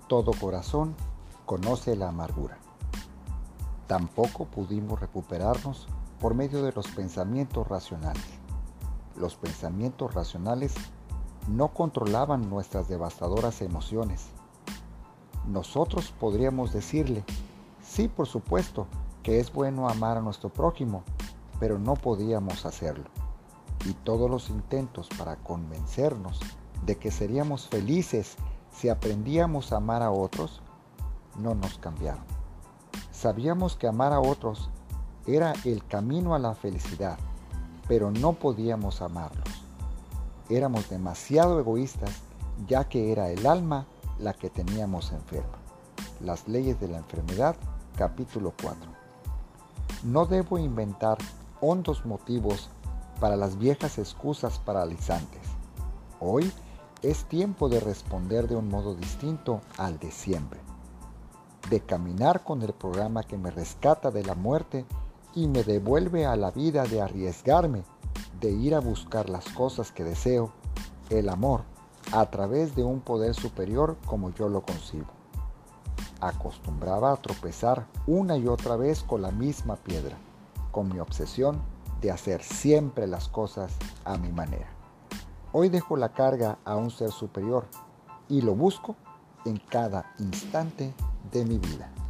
todo corazón conoce la amargura. Tampoco pudimos recuperarnos por medio de los pensamientos racionales. Los pensamientos racionales no controlaban nuestras devastadoras emociones. Nosotros podríamos decirle, sí, por supuesto, que es bueno amar a nuestro prójimo, pero no podíamos hacerlo. Y todos los intentos para convencernos de que seríamos felices si aprendíamos a amar a otros, no nos cambiaron. Sabíamos que amar a otros era el camino a la felicidad, pero no podíamos amarlos. Éramos demasiado egoístas, ya que era el alma la que teníamos enferma. Las leyes de la enfermedad, capítulo 4. No debo inventar hondos motivos para las viejas excusas paralizantes. Hoy es tiempo de responder de un modo distinto al de siempre, de caminar con el programa que me rescata de la muerte y me devuelve a la vida, de arriesgarme, de ir a buscar las cosas que deseo, el amor, a través de un poder superior como yo lo concibo. Acostumbraba a tropezar una y otra vez con la misma piedra, con mi obsesión de hacer siempre las cosas a mi manera. Hoy dejo la carga a un ser superior y lo busco en cada instante de mi vida.